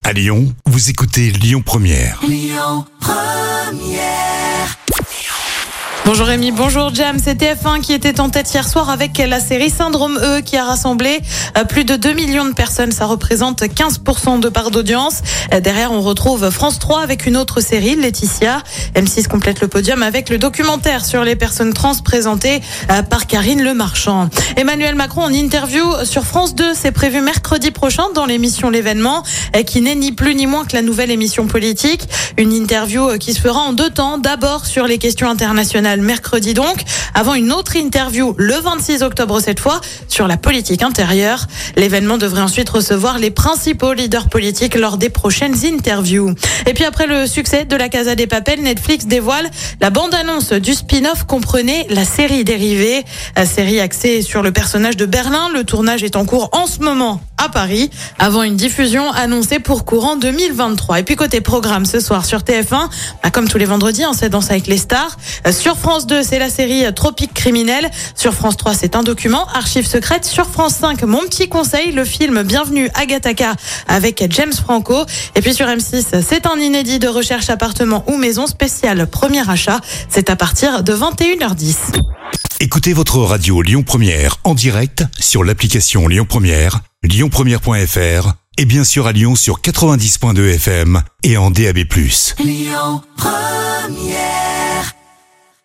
À Lyon, vous écoutez Lyon Première. Lyon Première. Bonjour Rémi, bonjour Jam. C'est TF1 qui était en tête hier soir avec la série Syndrome E qui a rassemblé plus de 2 millions de personnes. Ça représente 15% de part d'audience. Derrière, on retrouve France 3 avec une autre série, Laetitia. M6 complète le podium avec le documentaire sur les personnes trans présenté par Karine Le Marchand. Emmanuel Macron en interview sur France 2. C'est prévu mercredi prochain dans l'émission L'événement qui n'est ni plus ni moins que la nouvelle émission politique. Une interview qui se fera en 2 temps. D'abord sur les questions internationales mercredi donc, avant une autre interview le 26 octobre cette fois sur la politique intérieure. L'événement devrait ensuite recevoir les principaux leaders politiques lors des prochaines interviews. Et puis après le succès de La Casa de Papel, Netflix dévoile la bande-annonce du spin-off comprenait la série dérivée. La série axée sur le personnage de Berlin. Le tournage est en cours en ce moment à Paris, avant une diffusion annoncée pour courant 2023. Et puis côté programme ce soir sur TF1, comme tous les vendredis, c'est Danse avec les stars. Sur France 2, c'est la série Tropique criminel. Sur France 3, c'est un document, Archives secrètes. Sur France 5, Mon petit conseil, le film Bienvenue à Gattaca avec James Franco. Et puis sur M6, c'est un inédit de recherche appartement ou maison spéciale premier achat. C'est à partir de 21h10. Écoutez votre radio Lyon Première en direct sur l'application Lyon Première, lyonpremière.fr et bien sûr à Lyon sur 90.2 FM et en DAB+. Lyon Première.